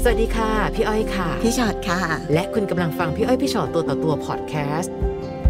สวัสดีค่ะพี่อ้อยค่ะพี่ชอตค่ะและคุณกำลังฟังพี่อ้อยพี่ชอตตัวต่อตัวพอดแคสต์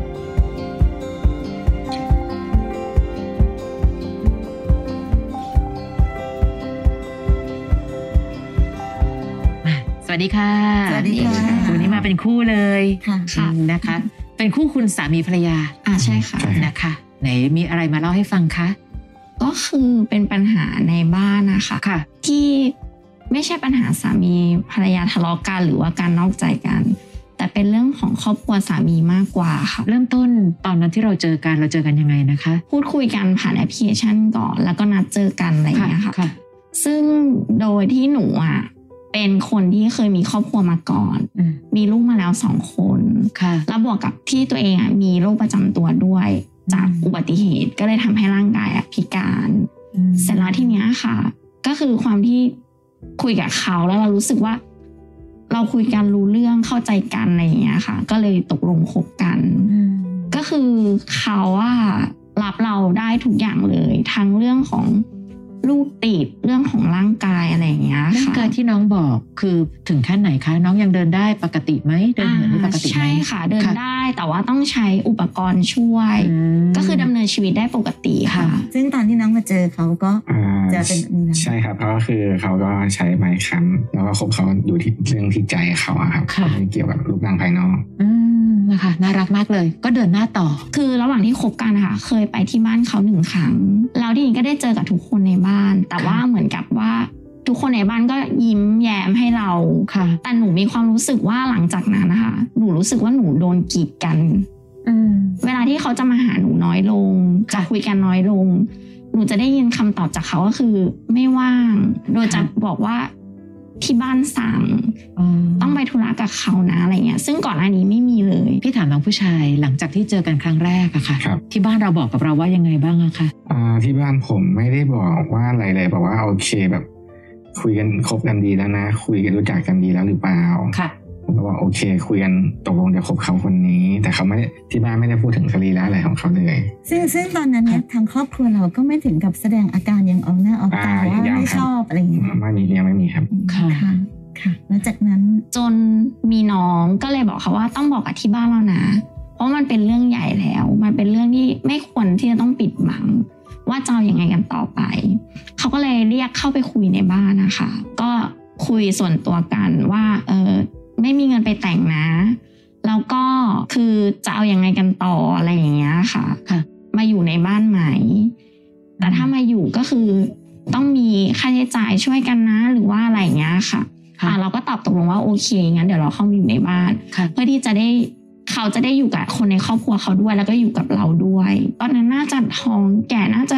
สวัสดีค่ะสวัสดีค่ะวันนี้มาเป็นคู่เลยค่ะนะคะเป็นคู่คุณสามีภรรยาใช่ค่ะนะคะไหนมีอะไรมาเล่าให้ฟังคะก็คือเป็นปัญหาในบ้านนะคะค่ะที่ไม่ใช่ปัญหาสามีภรรยาทะเลาะกันหรือว่าการนอกใจกันแต่เป็นเรื่องของครอบครัวสามีมากกว่าค่ะเริ่มต้นตอนนั้นที่เราเจอกันยังไงนะคะพูดคุยกันผ่านแอปพลิเคชันก่อนแล้วก็นัดเจอกันอะไรอย่างเงี้ยค่ะซึ่งโดยที่หนูเป็นคนที่เคยมีครอบครัวมาก่อนมีลูกมาแล้ว2 คนแล้วบวกกับที่ตัวเองมีโรคประจำตัวด้วยจากอุบัติเหตุก็เลยทำให้ร่างกายพิการเสร็จแล้วทีเนี้ยค่ะก็คือความที่คุยกับเขาแล้วเรารู้สึกว่าเราคุยกันรู้เรื่องเข้าใจกันอะไรอย่างเงี้ยค่ะก็เลยตกลงคบกันก็คือเขารับเราได้ทุกอย่างเลยทั้งเรื่องของลูกติดเรื่องของร่างกายอะไรอย่างเงี้ยค่ะร่างกายที่น้องบอกคือถึงขั้นไหนคะน้องยังเดินได้ปกติไหมเดินเหินได้ปกติไหมใช่ค่ะเดินได้แต่ว่าต้องใช้อุปกรณ์ช่วยก็คือดำเนินชีวิตได้ปกติค่ะซึ่งตอนที่น้องมาเจอเขาก็จะเป็นนี่ใช่ครับเพราะก็คือเขาก็ใช้ไม้ค้ำแล้วก็คบเขาอยู่ที่เรื่องที่ใจเขาครับไม่เกี่ยวกับรูปร่างภายนอกนะคะน่ารักมากเลยก็เดินหน้าต่อคือระหว่างที่คบกันค่ะเคยไปที่บ้านเขา1 ครั้งแล้วทีนี้ก็ได้เจอกับทุกคนในบ้านแต่ว่าเหมือนกับว่าทุกคนในบ้านก็ยิ้มแย้มให้เราแต่หนูมีความรู้สึกว่าหลังจากนั้นนะคะหนูรู้สึกว่าหนูโดนกีดกันเวลาที่เขาจะมาหาหนูน้อยลงจะคุยกันน้อยลงหนูจะได้ยินคำตอบจากเขาก็คือไม่ว่างโดยจะบอกว่าที่บ้านสั่งต้องไปธุระกับเขานะอะไรเงี้ยซึ่งก่อนหน้านี้ไม่มีเลยพี่ถามน้องผู้ชายหลังจากที่เจอกันครั้งแรกอะค่ะที่บ้านเราบอกกับเราว่ายังไงบ้างอะคะที่บ้านผมไม่ได้บอกว่าอะไรเลยบอกว่าโอเคแบบคุยกันคบกันดีแล้วนะคุยกันรู้จักกันดีแล้วหรือเปล่าค่ะผมก็บอกโอเคคุยกันตกลงจะคบเขาคนนี้แต่เขาไม่ได้ที่บ้านไม่ได้พูดถึงสรีระอะไรของเขาเลยซึ่งตอนนั้นเนี่ยทางครอบครัวเราก็ไม่ถึงกับแสดงอาการยังออกหน้าออกตาว่าไม่ชอบอะไรอย่างเงี้ยไม่มีครับค่ะแล้วจากนั้นจนมีน้องก็เลยบอกเขาว่าต้องบอกกับที่บ้านเรานะเพราะมันเป็นเรื่องใหญ่แล้วมันเป็นเรื่องที่ไม่ควรที่จะต้องปิดบังว่าจะเอายังไงกันต่อไปเขาก็เลยเรียกเข้าไปคุยในบ้านนะคะก็คุยส่วนตัวกันว่าไม่มีเงินไปแต่งนะแล้วก็คือจะเอายังไงกันต่ออะไรอย่างเงี้ยค่ะมาอยู่ในบ้านไหมแต่ถ้ามาอยู่ก็คือต้องมีค่าใช้จ่ายช่วยกันนะหรือว่าอะไรอย่างเงี้ยค่ะเราก็ตอบตกลงว่าโอเคงั้นเดี๋ยวเราเข้ามาอยู่ในบ้านเพื่อที่จะได้เขาจะได้อยู่กับคนในครอบครัวเขาด้วยแล้วก็อยู่กับเราด้วยตอนนั้นน่าจะท้องแก่น่าจะ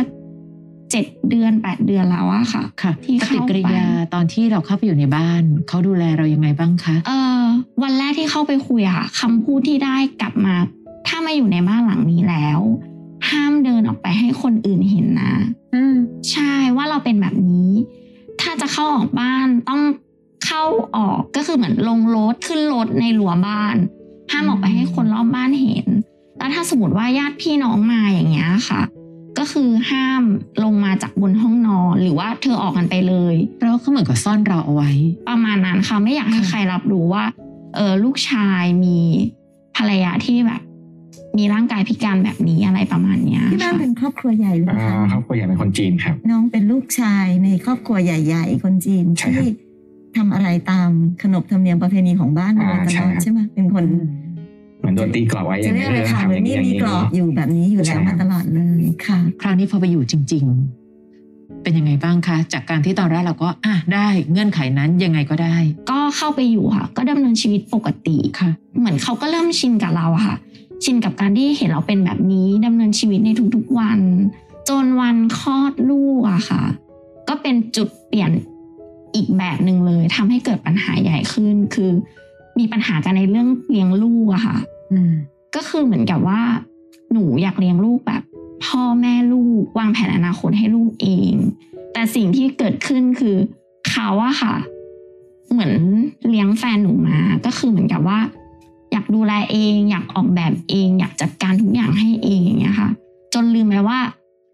7 เดือน8 เดือนแล้วอะค่ะที่ปฏิกิริยาตอนที่เราเข้าไปอยู่ในบ้านเขาดูแลเรายังไงบ้างคะวันแรกที่เข้าไปคุยค่ะคำพูดที่ได้กลับมาถ้ามาอยู่ในบ้านหลังนี้แล้วห้ามเดินออกไปให้คนอื่นเห็นนะใช่ว่าเราเป็นแบบนี้ถ้าจะเข้าออกบ้านต้องเข้าออกก็คือเหมือนลงรถขึ้นรถในรั้วบ้านห้ามออกไปให้คนรอบบ้านเห็นแล้วถ้าสมมติว่าญาติพี่น้องมาอย่างเงี้ยค่ะก็คือห้ามลงมาจากบนห้องนอนหรือว่าเธอออกกันไปเลยแล้วก็เหมือนกับซ่อนเราเอาไว้ประมาณนั้นค่ะไม่อยากให้ใครรับรู้ว่าลูกชายมีภรรยาที่แบบมีร่างกายพิการแบบนี้อะไรประมาณนี้ที่บ้านเป็นครอบครัวใหญ่หรือเปล่าคะครอบครัวใหญ่เป็นคนจีนครับน้องเป็นลูกชายในครอบครัวใหญ่ๆคนจีนที่ทำอะไรตามขนบธรรมเนียมประเพณีของบ้านมาตลอดใช่ไหมเป็นคนเหมือนโดนตีกรอบไว้อย่างนี้เลยค่ะเหมือนนี่มีกรอบอยู่แบบนี้อยู่แล้วมาตลอดเลยค่ะคราวนี้พอไปอยู่จริงๆเป็นยังไงบ้างคะจากการที่ตอนแรกเราก็ได้เงื่อนไขนั้นยังไงก็ได้ก็เข้าไปอยู่ค่ะก็ดำเนินชีวิตปกติค่ะเหมือนเขาก็เริ่มชินกับเราค่ะชินกับการที่เห็นเราเป็นแบบนี้ดำเนินชีวิตในทุกๆวันจนวันคลอดลูกอะค่ะก็เป็นจุดเปลี่ยนอีกแบบนึงเลยทำให้เกิดปัญหาใหญ่ขึ้นคือมีปัญหากันในเรื่องเลี้ยงลูกอะค่ะก็คือเหมือนกับว่าหนูอยากเลี้ยงลูกแบบพ่อแม่ลูกวางแผนอนาคตให้ลูกเองแต่สิ่งที่เกิดขึ้นคือเขาอะค่ะเหมือนเลี้ยงแฟนหนูมาก็คือเหมือนกับว่าอยากดูแลเองอยากออกแบบเองอยากจัดการทุกอย่างให้เองอย่างเงี้ยค่ะจนลืมไปว่า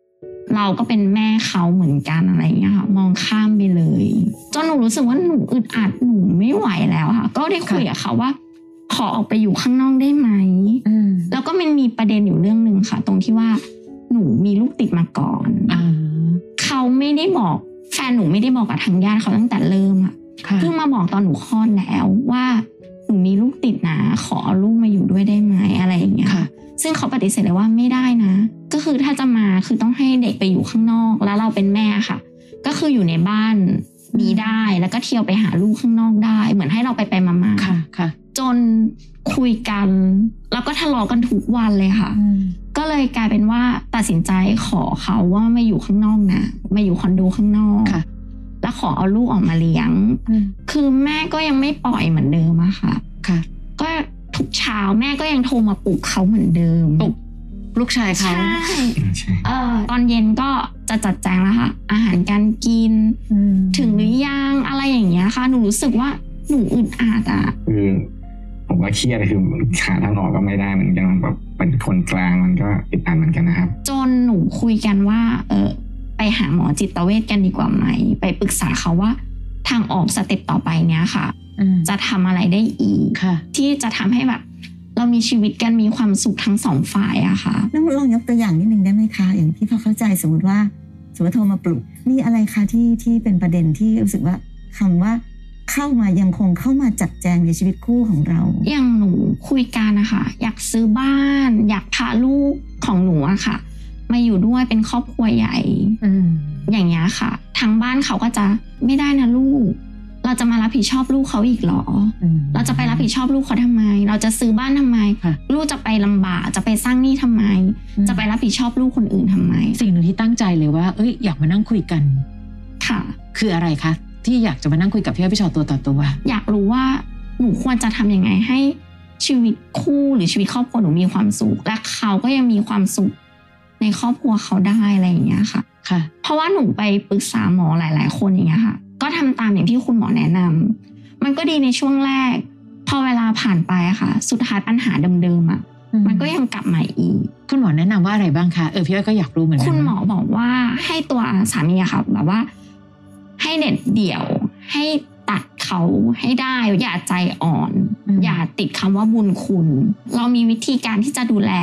เราก็เป็นแม่เขาเหมือนกันอะไรอย่างเงี้ยค่ะมองข้ามไปเลยจนหนูรู้สึกว่าหนูอึดอัดหนูไม่ไหวแล้วค่ะก็ได้คุยกับเขาว่าขอออกไปอยู่ข้างนอกได้ไหมแล้วก็มันมีประเด็นอยู่เรื่องนึงค่ะตรงที่ว่าหนูมีลูกติดมาก่อนเขาไม่ได้บอกแฟนหนูไม่ได้บอกกับทางญาติเขาตั้งแต่เริ่มอะเพิ่งมาบอกตอนหนูคลอดแล้วว่าหนูมีลูกติดนะขอเอาลูกมาอยู่ด้วยได้ไหมอะไรอย่างเงี้ยซึ่งเขาปฏิเสธเลยว่าไม่ได้นะก็คือถ้าจะมาคือต้องให้เด็กไปอยู่ข้างนอกแล้วเราเป็นแม่ค่ะก็คืออยู่ในบ้านนี้ได้แล้วก็เที่ยวไปหาลูกข้างนอกได้เหมือนให้เราไปมาจนคุยกันแล้วก็ทะเลาะกันทุกวันเลยค่ะก็เลยกลายเป็นว่าตัดสินใจขอเขาว่าไม่อยู่ข้างนอกนะมาอยู่คอนโดข้างนอกแล้วขอเอาลูกออกมาเลี้ยงคือแม่ก็ยังไม่ปล่อยเหมือนเดิมอะค่ะก็ทุกเช้าแม่ก็ยังโทรมาปลุกเขาเหมือนเดิมปลุกลูกชายเขาใช่ตอนเย็นก็จะจัดแจงแล้วค่ะอาหารการกินถึงหรือยังอะไรอย่างเงี้ยค่ะหนูรู้สึกว่าหนูอึดอัดอะคือผมว่าเครียดคือหาทางออกก็ไม่ได้เหมือนกันแบบเป็นคนกลางมันก็อึดอัดเหมือนกันนะครับจนหนูคุยกันว่าไปหาหมอจิตเวชกันดีกว่าไหมไปปรึกษาเขาว่าทางออกสเต็ปต่อไปเนี้ยค่ะจะทำอะไรได้อีกที่จะทำให้แบบเรามีชีวิตกันมีความสุขทั้งสองฝ่ายอะค่ะลองยกตัวอย่างนิดนึงได้ไหมคะอย่างที่พอเข้าใจสมมติว่าโทรมาปลุกนี่อะไรคะที่เป็นประเด็นที่รู้สึกว่าคำว่าเข้ามายังคงเข้ามาจัดแจงในชีวิตคู่ของเราอย่างหนูคุยกันนะคะอยากซื้อบ้านอยากพาลูกของหนูอะค่ะมาอยู่ด้วยเป็นครอบครัวใหญ่อย่างเงี้ยค่ะทางบ้านเขาก็จะไม่ได้นะลูกเราจะมารับผิดชอบลูกเขาอีกหรอเราจะไปรับผิดชอบลูกเขาทำไมเราจะซื้อบ้านทำไมลูกจะไปลำบากจะไปสร้างหนี้ทำไมจะไปรับผิดชอบลูกคนอื่นทำไมสิ่งหนึ่งที่ตั้งใจเลยว่าอยากมานั่งคุยกันค่ะคืออะไรคะที่อยากจะมานั่งคุยกับพี่อ้อยพี่ชอตตัวต่อตัวอยากรู้ว่าหนูควรจะทำยังไงให้ชีวิตคู่หรือชีวิตครอบครัวหนูมีความสุขและเขาก็ยังมีความสุขในครอบครัวเขาได้อะไรอย่างเงี้ยค่ะเพราะว่าหนูไปปรึกษาหมอหลายๆคนอย่างเงี้ยค่ะก็ทำตามอย่างที่คุณหมอแนะนำมันก็ดีในช่วงแรกพอเวลาผ่านไปอะค่ะสุดท้ายปัญหาเดิมๆอะมันก็ยังกลับมาอีกคุณหมอแนะนำว่าอะไรบ้างคะพี่อ้อยก็อยากรู้เหมือนกันคุณหมอบอกว่าให้ตัวสามีอะค่ะแบบว่าให้เด็ดเดี่ยวให้ตัดเขาให้ได้อย่าใจอ่อนอย่าติดคำว่าบุญคุณเรามีวิธีการที่จะดูแล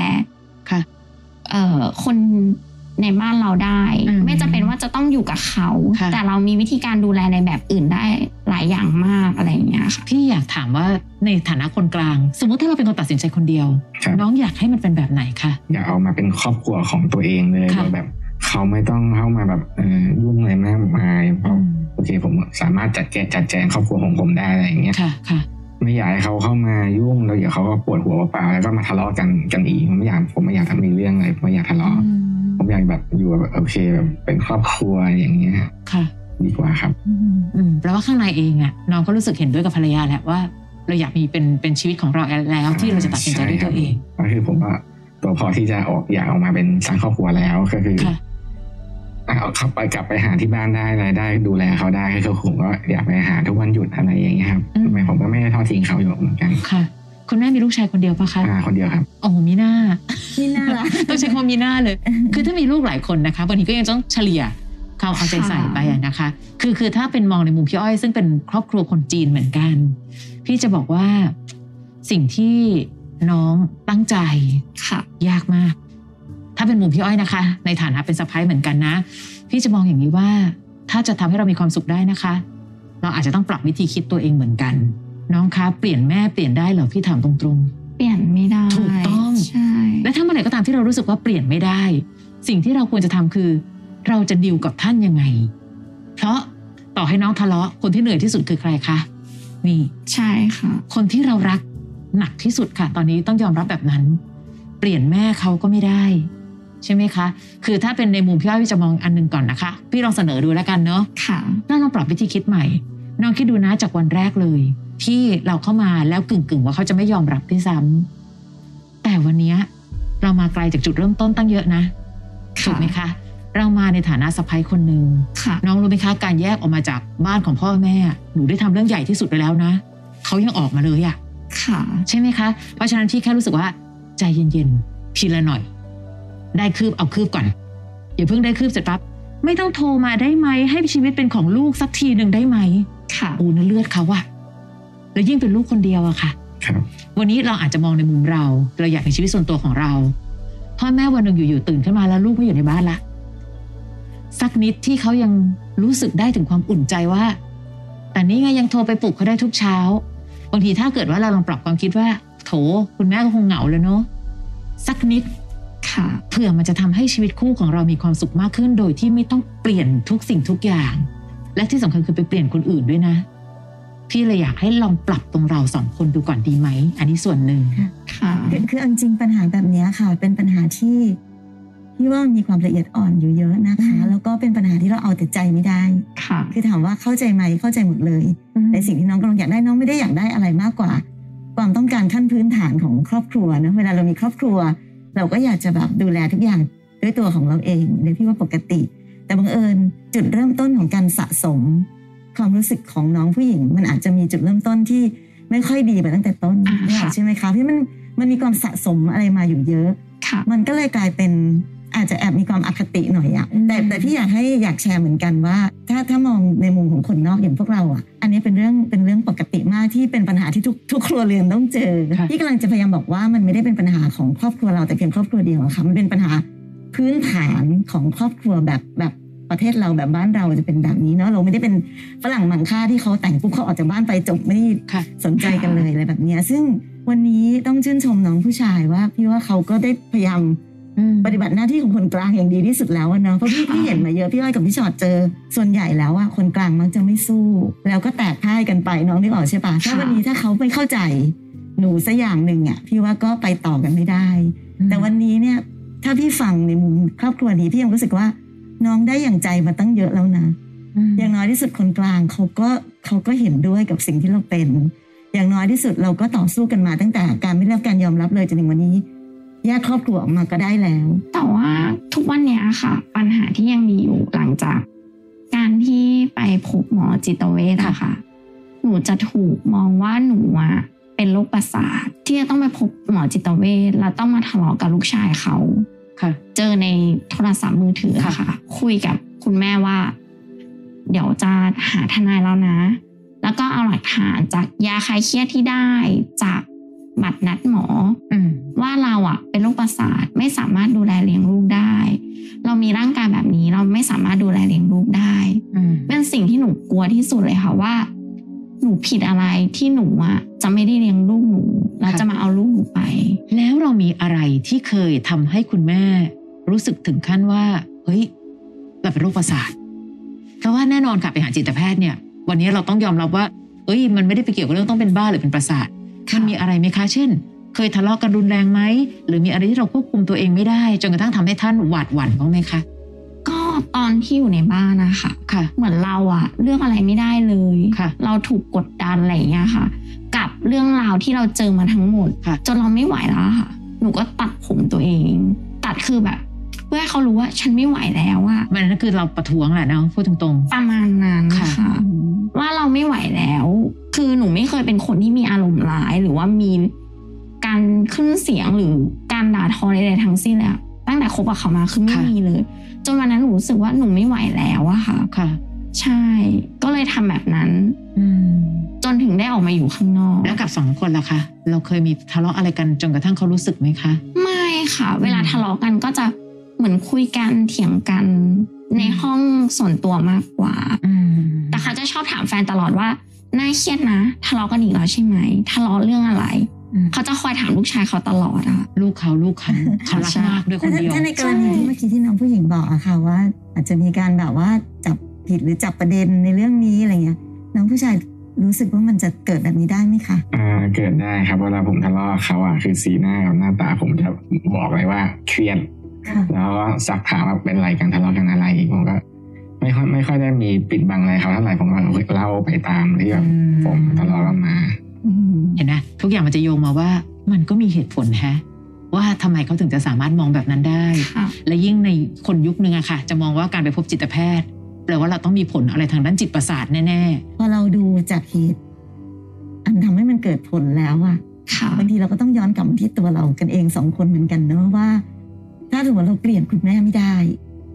คนในบ้านเราได้ไม่จำเป็นว่าจะต้องอยู่กับเขาแต่เรามีวิธีการดูแลในแบบอื่นได้หลายอย่างมากอะไรอย่างเงี้ยค่ะพี่อยากถามว่าในฐานะคนกลางสมมติถ้าเราเป็นคนตัดสินใจคนเดียวน้องอยากให้มันเป็นแบบไหนคะอยากเอามาเป็นครอบครัวของตัวเองเลยแบบเขาไม่ต้องเข้ามาแบบยุ่งอะไรมากมายเพราะโอเคผมสามารถจัดแจงครอบครัวของผมได้อะไรอย่างเงี้ยไม่อยากให้เขาเข้ามายุ่งแล้วเดี๋ยวเขาก็ปวดหัวเปล่าแล้วก็มาทะเลาะกันอีกผมไม่อยากทำมีเรื่องอะไรไม่อยากทะเลาะผมอยากแบบอยู่แบบโอเคแบบเป็นครอบครัวอย่างเงี้ยดีกว่าครับแปลว่าข้างในเองอ่ะน้องก็รู้สึกเห็นด้วยกับภรรยาแหละว่าเราอยากมีเป็นชีวิตของเราแล้วที่เราจะตัดสินใจด้วยตัวเองก็คือผมว่าตัวพอที่จะอยากออกมาเป็นสร้างครอบครัวแล้วก็คือเอาเขาไปกลับไปหาที่บ้านได้รายได้ดูแลเขาได้คือผมก็อยากไปหาทุกวันหยุดอะไรอย่างเงี้ยครับทำไมผมก็ไม่ได้ทอดทิ้งเขาอยู่เหมือนกันค่ะคุณแม่มีลูกชายคนเดียวปะคะคนเดียวครับโอ้มีหน้าละต้องใช้ความมีหน้าเลยคือถ้ามีลูกหลายคนนะคะบางทีก็ยังต้องเฉลี่ยเขาเอาใจใส่ไปนะคะคือถ้าเป็นมองในมุมพี่อ้อยซึ่งเป็นครอบครัวคนจีนเหมือนกันพี่จะบอกว่าสิ่งที่น้องตั้งใจยากมากถ้าเป็นมุมพี่อ้อยนะคะในฐานะเป็นสะใภ้เหมือนกันนะพี่จะมองอย่างนี้ว่าถ้าจะทำให้เรามีความสุขได้นะคะเราอาจจะต้องปรับวิธีคิดตัวเองเหมือนกันน้องคะเปลี่ยนแม่เปลี่ยนได้เหรอพี่ถามตรงๆเปลี่ยนไม่ได้ถูกต้องใช่และถ้าเมื่อไหร่ก็ตามที่เรารู้สึกว่าเปลี่ยนไม่ได้สิ่งที่เราควรจะทำคือเราจะดีลกับท่านยังไงเพราะต่อให้น้องทะเลาะคนที่เหนื่อยที่สุดคือใครคะนี่ใช่ค่ะคนที่เรารักหนักที่สุดค่ะตอนนี้ต้องยอมรับแบบนั้นเปลี่ยนแม่เขาก็ไม่ได้ใช่ไหมคะคือถ้าเป็นในมุมพี่อ้อยพี่จะมองอันนึงก่อนนะคะพี่ลองเสนอดูแล้วกันเนาะค่ะน่าลองปรับวิธีคิดใหม่น้องคิดดูนะจากวันแรกเลยที่เราเข้ามาแล้วกึ่งว่าเขาจะไม่ยอมรับด้วยซ้ำแต่วันนี้เรามาไกลจากจุดเริ่มต้นตั้งเยอะนะถูกไหมคะเรามาในฐานะสะใภ้คนหนึ่งน้องรู้ไหมคะการแยกออกมาจากบ้านของพ่อแม่หนูได้ทำเรื่องใหญ่ที่สุดไปแล้วนะเขายังออกมาเลยค่ะใช่ไหมคะเพราะฉะนั้นพี่แค่รู้สึกว่าใจเย็นๆทีละหน่อยได้คืบเอาคืบก่อนอย่าเพิ่งได้คืบเสร็จปั๊บไม่ต้องโทรมาได้ไหมให้ชีวิตเป็นของลูกสักทีหนึ่งได้ไหมค่ะโอ้นั่นเลือดเขาอะแล้วยิ่งเป็นลูกคนเดียวอะค่ะวันนี้เราอาจจะมองในมุมเราอยากในชีวิตส่วนตัวของเราพ่อแม่วันหนึ่งอยู่ๆตื่นขึ้นมาแล้วลูกไม่อยู่ในบ้านละสักนิดที่เขายังรู้สึกได้ถึงความอุ่นใจว่าแต่นี่ไงยังโทรไปปลุกเขาได้ทุกเช้าบางทีถ้าเกิดว่าเราลองปรับความคิดว่าโถคุณแม่ก็คงเหงาเลยเนาะสักนิดค่ะเผื่อมันจะทำให้ชีวิตคู่ของเรามีความสุขมากขึ้นโดยที่ไม่ต้องเปลี่ยนทุกสิ่งทุกอย่างและที่สำคัญคือไปเปลี่ยนคนอื่นด้วยนะพี่เลยอยากให้ลองปรับตรงเรา2 คนดูก่อนดีไหมอันนี้ส่วนหนึ่งค่ะคือจริงปัญหาแบบนี้ค่ะเป็นปัญหาที่ว่ามีความละเอียดอ่อนอยู่เยอะนะคะแล้วก็เป็นปัญหาที่เราเอาแต่ใจไม่ได้ค่ะคือถามว่าเข้าใจไหมเข้าใจหมดเลยในสิ่งที่น้องกำลังอยากได้น้องไม่ได้อยากได้อะไรมากกว่าความต้องการขั้นพื้นฐานของครอบครัวนะเวลาเรามีครอบครัวเราก็อยากจะแบบดูแลทุกอย่างด้วยตัวของเราเองในพี่ว่าปกติแต่บังเอิญจุดเริ่มต้นของการสะสมความรู้สึกของน้องผู้หญิงมันอาจจะมีจุดเริ่มต้นที่ไม่ค่อยดีไปตั้งแต่ต้นใช่ไหมคะพี่มันมีความสะสมอะไรมาอยู่เยอะมันก็เลยกลายเป็นอาจจะแอบมีความอคติหน่อยอะแต่พี่อยากแชร์เหมือนกันว่าถ้ามองในมุมของคนนอกอย่างพวกเราอะอันนี้เป็นเรื่องปกติมากที่เป็นปัญหาที่ทุกครัวเรือนต้องเจอพี่กำลังจะพยายามบอกว่ามันไม่ได้เป็นปัญหาของครอบครัวเราแต่เพียงครอบครัวเดียวอะค่ะมันเป็นปัญหาพื้นฐานของครอบครัวแบบประเทศเราแบบบ้านเราจะเป็นแบบนี้เนาะเราไม่ได้เป็นฝรั่งมังค่าที่เขาแต่งปุ๊บเขาออกจากบ้านไปจบไม่สนใจกันเลยอะไรแบบนี้ซึ่งวันนี้ต้องชื่นชมน้องผู้ชายว่าพี่ว่าเขาก็ได้พยายามปฏิบัติหน้าที่ของคนกลางอย่างดีที่สุดแล้วเนาะเพราะพี่เห็นมาเยอะพี่อ้อยกับพี่ชอดเจอส่วนใหญ่แล้วอะคนกลางมักจะไม่สู้แล้วก็แตกพ่ายกันไปน้องนึกออกใช่ปะถ้าวันนี้ถ้าเขาไม่เข้าใจหนูสักอย่างหนึ่งอะพี่ว่าก็ไปต่อกันไม่ได้แต่วันนี้เนี่ยถ้าพี่ฟังในมุมครอบครัวนี้พี่ยังรู้สึกว่าน้องได้อย่างใจมาตั้งเยอะแล้วนะอย่างน้อยที่สุดคนกลางเขาก็เห็นด้วยกับสิ่งที่เราเป็นอย่างน้อยที่สุดเราก็ต่อสู้กันมาตั้งแต่การไม่ได้รับการยอมรับเลยจนถึงวันนี้แยกครอบครัวออกมาก็ได้แล้วแต่ว่าทุกวันนี้ค่ะปัญหาที่ยังมีอยู่หลังจากการที่ไปพบหมอจิตเวชอะค่ะหนูจะถูกมองว่าหนูอะเป็นโรคประสาทที่จะต้องไปพบหมอจิตเวชแล้วต้องมาทะเลาะกับลูกชายเขาเจอในโทรศัพท์มือถือค่ะคุยกับคุณแม่ว่าเดี๋ยวจะหาทนายแล้วนะแล้วก็เอาหลักฐานจากยาคลายเครียดที่ได้จากบัตรนัดหมอว่าเราอะเป็นโรคประสาทไม่สามารถดูแลเลี้ยงลูกได้เรามีร่างกายแบบนี้เราไม่สามารถดูแลเลี้ยงลูกได้เป็นสิ่งที่หนูกลัวที่สุดเลยค่ะว่าหนูผิดอะไรที่หนูอะจะไม่ได้เลี้ยงลูกหนูแล้วจะมาเอาลูกหนูไปแล้วเรามีอะไรที่เคยทำให้คุณแม่รู้สึกถึงขั้นว่าเฮ้ยเราเป็นโรคประสาทเพราะว่าแน่นอนค่ะไปหาจิตแพทย์เนี่ยวันนี้เราต้องยอมรับว่ามันไม่ได้ไปเกี่ยวกับเรื่องต้องเป็นบ้าหรือเป็นประสาทมันมีอะไรไหมคะเช่นเคยทะเลาะกันรุนแรงไหมหรือมีอะไรที่เราควบคุมตัวเองไม่ได้จนกระทั่งทำให้ท่านหวาดหวั่นบ้างไหมคะก็ตอนที่อยู่ในบ้านนะคะเหมือนเราอะเรื่องอะไรไม่ได้เลยเราถูกกดดันอะไรอย่างเงี้ยค่ะกับเรื่องราวที่เราเจอมาทั้งหมดจนเราไม่ไหวแล้วค่ะหนูก็ตัดผมตัวเองตัดคือแบบเพื่อให้เขารู้ว่าฉันไม่ไหวแล้วอะมันนั่นคือเราประท้วงแหละเนาะพูดตรงๆประมาณนั้นค่ะว่าเราไม่ไหวแล้วคือหนูไม่เคยเป็นคนที่มีอารมณ์ร้ายหรือว่ามีการขึ้นเสียงหรือการด่าทอใดๆทั้งสิ้นเลยตั้งแต่คบกับเขามาคือไม่มีเลยจนวันนั้นหนูรู้สึกว่าหนูไม่ไหวแล้วอะค่ะใช่ก็เลยทำแบบนั้นจนถึงได้ออกมาอยู่ข้างนอกแล้วกับ2 คนล่ะคะเราเคยมีทะเลาะอะไรกันจนกระทั่งเขารู้สึกไหมคะไม่ค่ะเวลาทะเลาะกันก็จะเหมือนคุยกันเถียงกันในห้องส่วนตัวมากกว่าแต่เขาจะชอบถามแฟนตลอดว่าน่าเครียดนะทะเลาะกันอีกแล้วใช่ไหมทะเลาะเรื่องอะไรเขาจะคอยถามลูกชายเขาตลอดอะลูกเขารักมากด้วยคนเดียวถ้าในกรณีที่เมื่อกี้ที่น้องผู้หญิงบอกอะค่ะว่าอาจจะมีการแบบว่าจับผิดหรือจับประเด็นในเรื่องนี้อะไรเงี้ยน้องผู้ชายรู้สึกว่ามันจะเกิดแบบนี้ได้ไหมคะเกิดได้ครับเวลาผมทะเลาะเขาอะคือสีหน้ากับหน้าตาผมจะบอกเลยว่าเครียดแล้วก็ซักถามว่าเป็นอะไรกันทะเลาะกันอะไรผมก็ไม่ค่อยได้มีปิดบังอะไรเขาเท่าไหร่ผมก็เล่าไปตามที่แบบผมทะเลาะกันมาเห็นไหมทุกอย่างมันจะโยงมาว่ามันก็มีเหตุผลว่าทำไมเขาถึงจะสามารถมองแบบนั้นได้และยิ่งในคนยุคนึงอะค่ะจะมองว่าการไปพบจิตแพทย์แปลว่าเราต้องมีผลอะไรทางด้านจิตประสาทแน่ๆพอเราดูจากเหตุอันทำให้มันเกิดผลแล้วอะบางทีเราก็ต้องย้อนกลับมาที่ตัวเรากันเอง2 คนเหมือนกันเนอะว่าถ้าสมมติเราเปลี่ยนคุณแม่ไม่ได้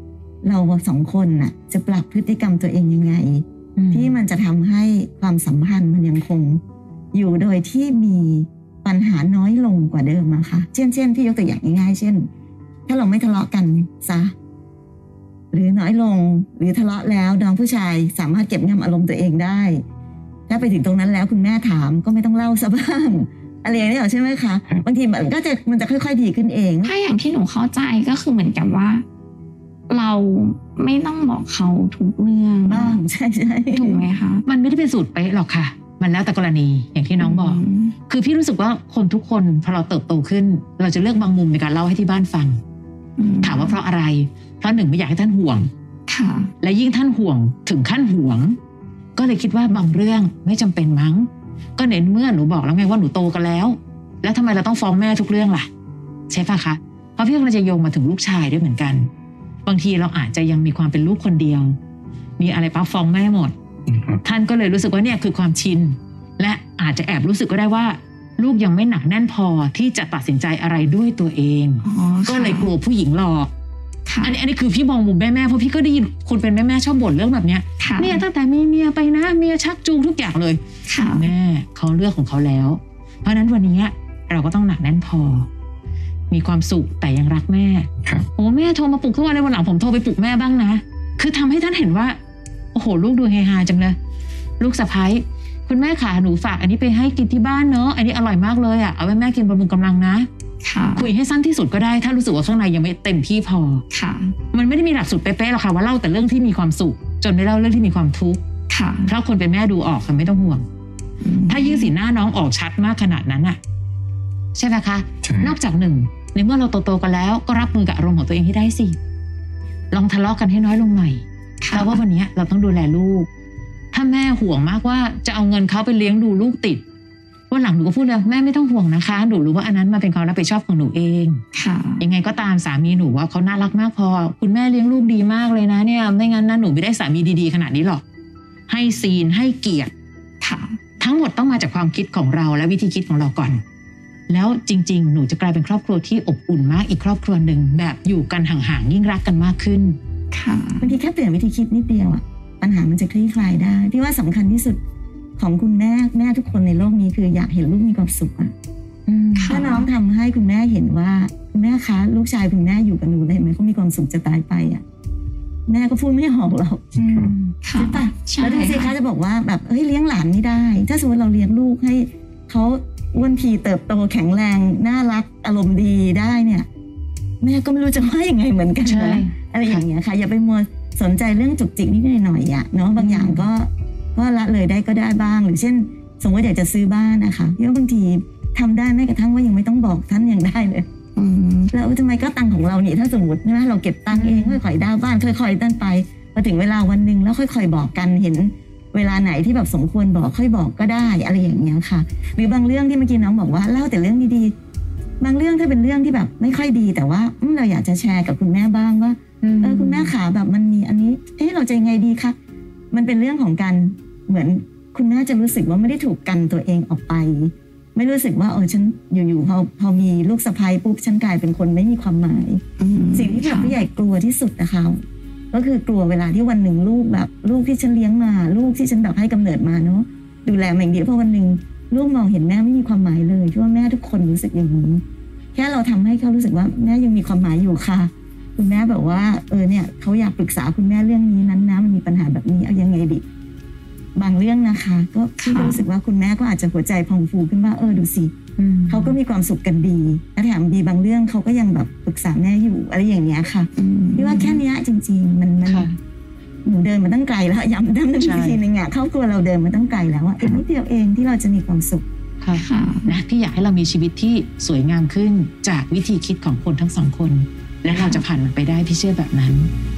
เราสองคนน่ะจะปรับพฤติกรรมตัวเองยังไงที่มันจะทำให้ความสัมพันธ์มันยังคงอยู่โดยที่มีปัญหาน้อยลงกว่าเดิมอะค่ะเช่นที่ยกตัวอย่างง่ายๆเช่นถ้าเราไม่ทะเลาะกันซะหรือน้อยลงหรือทะเลาะแล้วน้องผู้ชายสามารถเก็บงำอารมณ์ตัวเองได้ถ้าไปถึงตรงนั้นแล้วคุณแม่ถามก็ไม่ต้องเล่าซะบ้างอะไรอย่างนี้ใช่ไหมคะบางทีมันจะค่อยๆดีขึ้นเองถ้าอย่างที่หนูเข้าใจก็คือเหมือนกับว่าเราไม่ต้องบอกเขาทุกเรื่องใช่ถูกไหมคะมันไม่ได้เป็นสูตรเป๊ะหรอกค่ะมันแล้วแต่กรณีอย่างที่น้องบอกคือพี่รู้สึกว่าคนทุกคนพอเราเติบโตขึ้นเราจะเลือกบางมุมในการเล่าให้ที่บ้านฟังถามว่าเพราะอะไรเพราะหนึ่งไม่อยากให้ท่านห่วงและยิ่งท่านห่วงถึงขั้นห่วงก็เลยคิดว่าบางเรื่องไม่จำเป็นมั้งก็เน้นเมื่อหนูบอกแล้วไงว่าหนูโตกันแล้วทำไมเราต้องฟ้องแม่ทุกเรื่องล่ะใช่ปะคะเพราะพี่ก็จะโยงมาถึงลูกชายด้วยเหมือนกันบางทีเราอาจจะยังมีความเป็นลูกคนเดียวมีอะไรปั๊บฟ้องแม่หมดท่านก็เลยรู้สึกว่าเนี่ยคือความชินและอาจจะแอบรู้สึกก็ได้ว่าลูกยังไม่หนักแน่นพอที่จะตัดสินใจอะไรด้วยตัวเองก็เลยกลัวผู้หญิงหลอกอันนี้คือพี่มองมุมแม่เพราะพี่ก็ได้ยินคุณเป็นแม่ชอบบ่นเรื่องแบบเนี้ยเนี่ยตั้งแต่มีเมียไปนะเมียชักจูงทุกอย่างเลยแม่เขาเลือกของเขาแล้วเพราะนั้นวันนี้เราก็ต้องหนักแน่นพอมีความสุขแต่ยังรักแม่โอ้แม่โทรมาปลุกทุกวันเลยวันหลังผมโทรไปปลุกแม่บ้างนะคือทำให้ท่านเห็นว่าโอ้โหลูกดูเฮฮาจังเลยลูกสะใภ้คุณแม่ขาหนูฝากอันนี้ไปให้กินที่บ้านเนอะอันนี้อร่อยมากเลยอ่ะเอาไว้แม่กินบำรุงกำลังนะคุยให้สั้นที่สุดก็ได้ถ้ารู้สึกว่าข้างในยังไม่เต็มที่พอมันไม่ได้มีหลักสูตรเป๊ะๆหรอกค่ะว่าเล่าแต่เรื่องที่มีความสุขจนไม่เล่าเรื่องที่มีความทุกข์เพราะคนเป็นแม่ดูออกค่ะไม่ต้องห่วงถ้ายิ่งสีหน้าน้องออกชัดมากขนาดนั้นอ่ะใช่ไหมคะนอกจากหนึ่งในเมื่อเราโตๆกันแล้วก็รับมือกับอารมณ์ของตัวเองให้ได้สิลองทะเลาะกันให้น้อยลงหน่อยเพราะว่าวันนี้เราต้องดูแลลูกถ้าแม่ห่วงมากว่าจะเอาเงินเขาไปเลี้ยงดูลูกติดวันหลังหนูก็พูดเลยแม่ไม่ต้องห่วงนะคะหนูรู้ว่าอันนั้นมาเป็นความรับผิดชอบของหนูเองยังไงก็ตามสามีหนูว่าเขาน่ารักมากพอคุณแม่เลี้ยงลูกดีมากเลยนะเนี่ยไม่งั้นนะหนูไม่ได้สามีดีๆขนาดนี้หรอกให้ซีนให้เกียรติทั้งหมดต้องมาจากความคิดของเราและวิธีคิดของเราก่อนแล้วจริงๆหนูจะกลายเป็นครอบครัวที่อบอุ่นมากอีกครอบครัวหนึ่งแบบอยู่กันห่างๆยิ่งรักกันมากขึ้นบางทีแค่เปลี่ยนวิธีคิดนิดเดียวอ่ะปัญหามันจะคลี่คลายได้ที่ว่าสำคัญที่สุดของคุณแม่ทุกคนในโลกนี้คืออยากเห็นลูกมีความสุขอ่ะถ้าน้องทำให้คุณแม่เห็นว่าคุณแม่คะลูกชายคุณแม่อยู่กับหนูเลยเห็นไหมเขามีความสุขจะตายไปอ่ะแม่ก็พูดไม่ออกหรอกใช่ปะแล้วดูสิคะจะบอกว่าแบบเฮ้ยเลี้ยงหลานไม่ได้ถ้าสมมติเราเลี้ยงลูกให้เขาอ้วนพีเติบโตแข็งแรงน่ารักอารมณ์ดีได้เนี่ยแม่ก็ไม่รู้จะว่ายังไงเหมือนกันนะอะไรอย่างเงี้ยค่ะอย่าไปมัวสนใจเรื่องจุกจิกนิดหน่อยอ่ะเนาะบางอย่างก็ละเลยได้ก็ได้บ้างหรือเช่นสมมติอยากจะซื้อบ้านนะคะเพราะบางทีทำได้แม้กระทั่งว่ายังไม่ต้องบอกท่านยังได้เลยแล้วทำไมก็ตังของเรานี่ถ้าสมมตินะเราเก็บตังเองค่อยๆดาวบ้านค่อยๆตั้งไปพอถึงเวลาวันนึงแล้วค่อยๆบอกกันเห็นเวลาไหนที่แบบสมควรบอกค่อยบอกก็ได้อะไรอย่างเงี้ยค่ะหรือบางเรื่องที่เมื่อกี้น้องบอกว่าเล่าแต่เรื่องดีๆบางเรื่องถ้าเป็นเรื่องที่แบบไม่ค่อยดีแต่ว่าเราอยากจะแชร์กับคุณแม่บ้างว่าคุณแม่ขาแบบมันมีอันนี้เราจะยังไงดีคะมันเป็นเรื่องของการเหมือนคุณแม่จะรู้สึกว่าไม่ได้ถูกกันตัวเองออกไปไม่รู้สึกว่าฉันอยู่ๆพอมีลูกสะใภ้ปุ๊บฉันกลายเป็นคนไม่มีความหมายสิ่งที่ผู้ใหญ่กลัวที่สุดนะคะก็คือกลัวเวลาที่วันหนึ่งลูกที่ฉันเลี้ยงมาลูกที่ฉันแบบให้กำเนิดมาเนาะดูแลมาอย่างเดียวเพราะวันหนึ่งลูกมองเห็นแม่ไม่มีความหมายเลยเพราะว่าแม่ทุกคนรู้สึกอย่างนี้แค่เราทำให้เขารู้สึกว่าแม่ยังมีความหมายอยู่ค่ะคุณแม่แบบว่าเนี่ยเขาอยากปรึกษาคุณแม่เรื่องนี้นั้นนะมันมีปัญหาแบบนี้เอายังไงดีบางเรื่องนะคะก็ที่รู้สึกว่าคุณแม่ก็อาจจะหัวใจพองฟูขึ้นว่าดูสิเขาก็มีความสุขกันดีและแถมดีบางเรื่องเขาก็ยังแบบปรึกษาแม่อยู่อะไรอย่างเงี้ยค่ะพี่ว่าแค่นี้จริงๆมันหนูเดินมาตั้งไกลแล้วย้ำทีนึงครอบครัวเราเดินมาตั้งไกลแล้วว่านิดเดียวเองที่เราจะมีความสุขค่ะนะพี่อยากให้เรามีชีวิตที่สวยงามขึ้นจากวิธีคิดของคนทั้งสองคนและเราจะผ่านมันไปได้พี่เชื่อแบบนั้น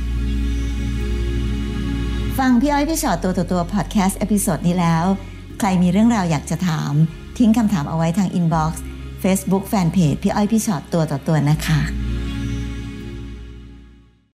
ฟังพี่อ้อยพี่ชอตตัวพอดแคสต์เอพิโซดนี้แล้วใครมีเรื่องราวอยากจะถามทิ้งคำถามเอาไว้ทางอินบ็อกซ์ Facebook Fanpage พี่อ้อยพี่ชอตตัวนะคะ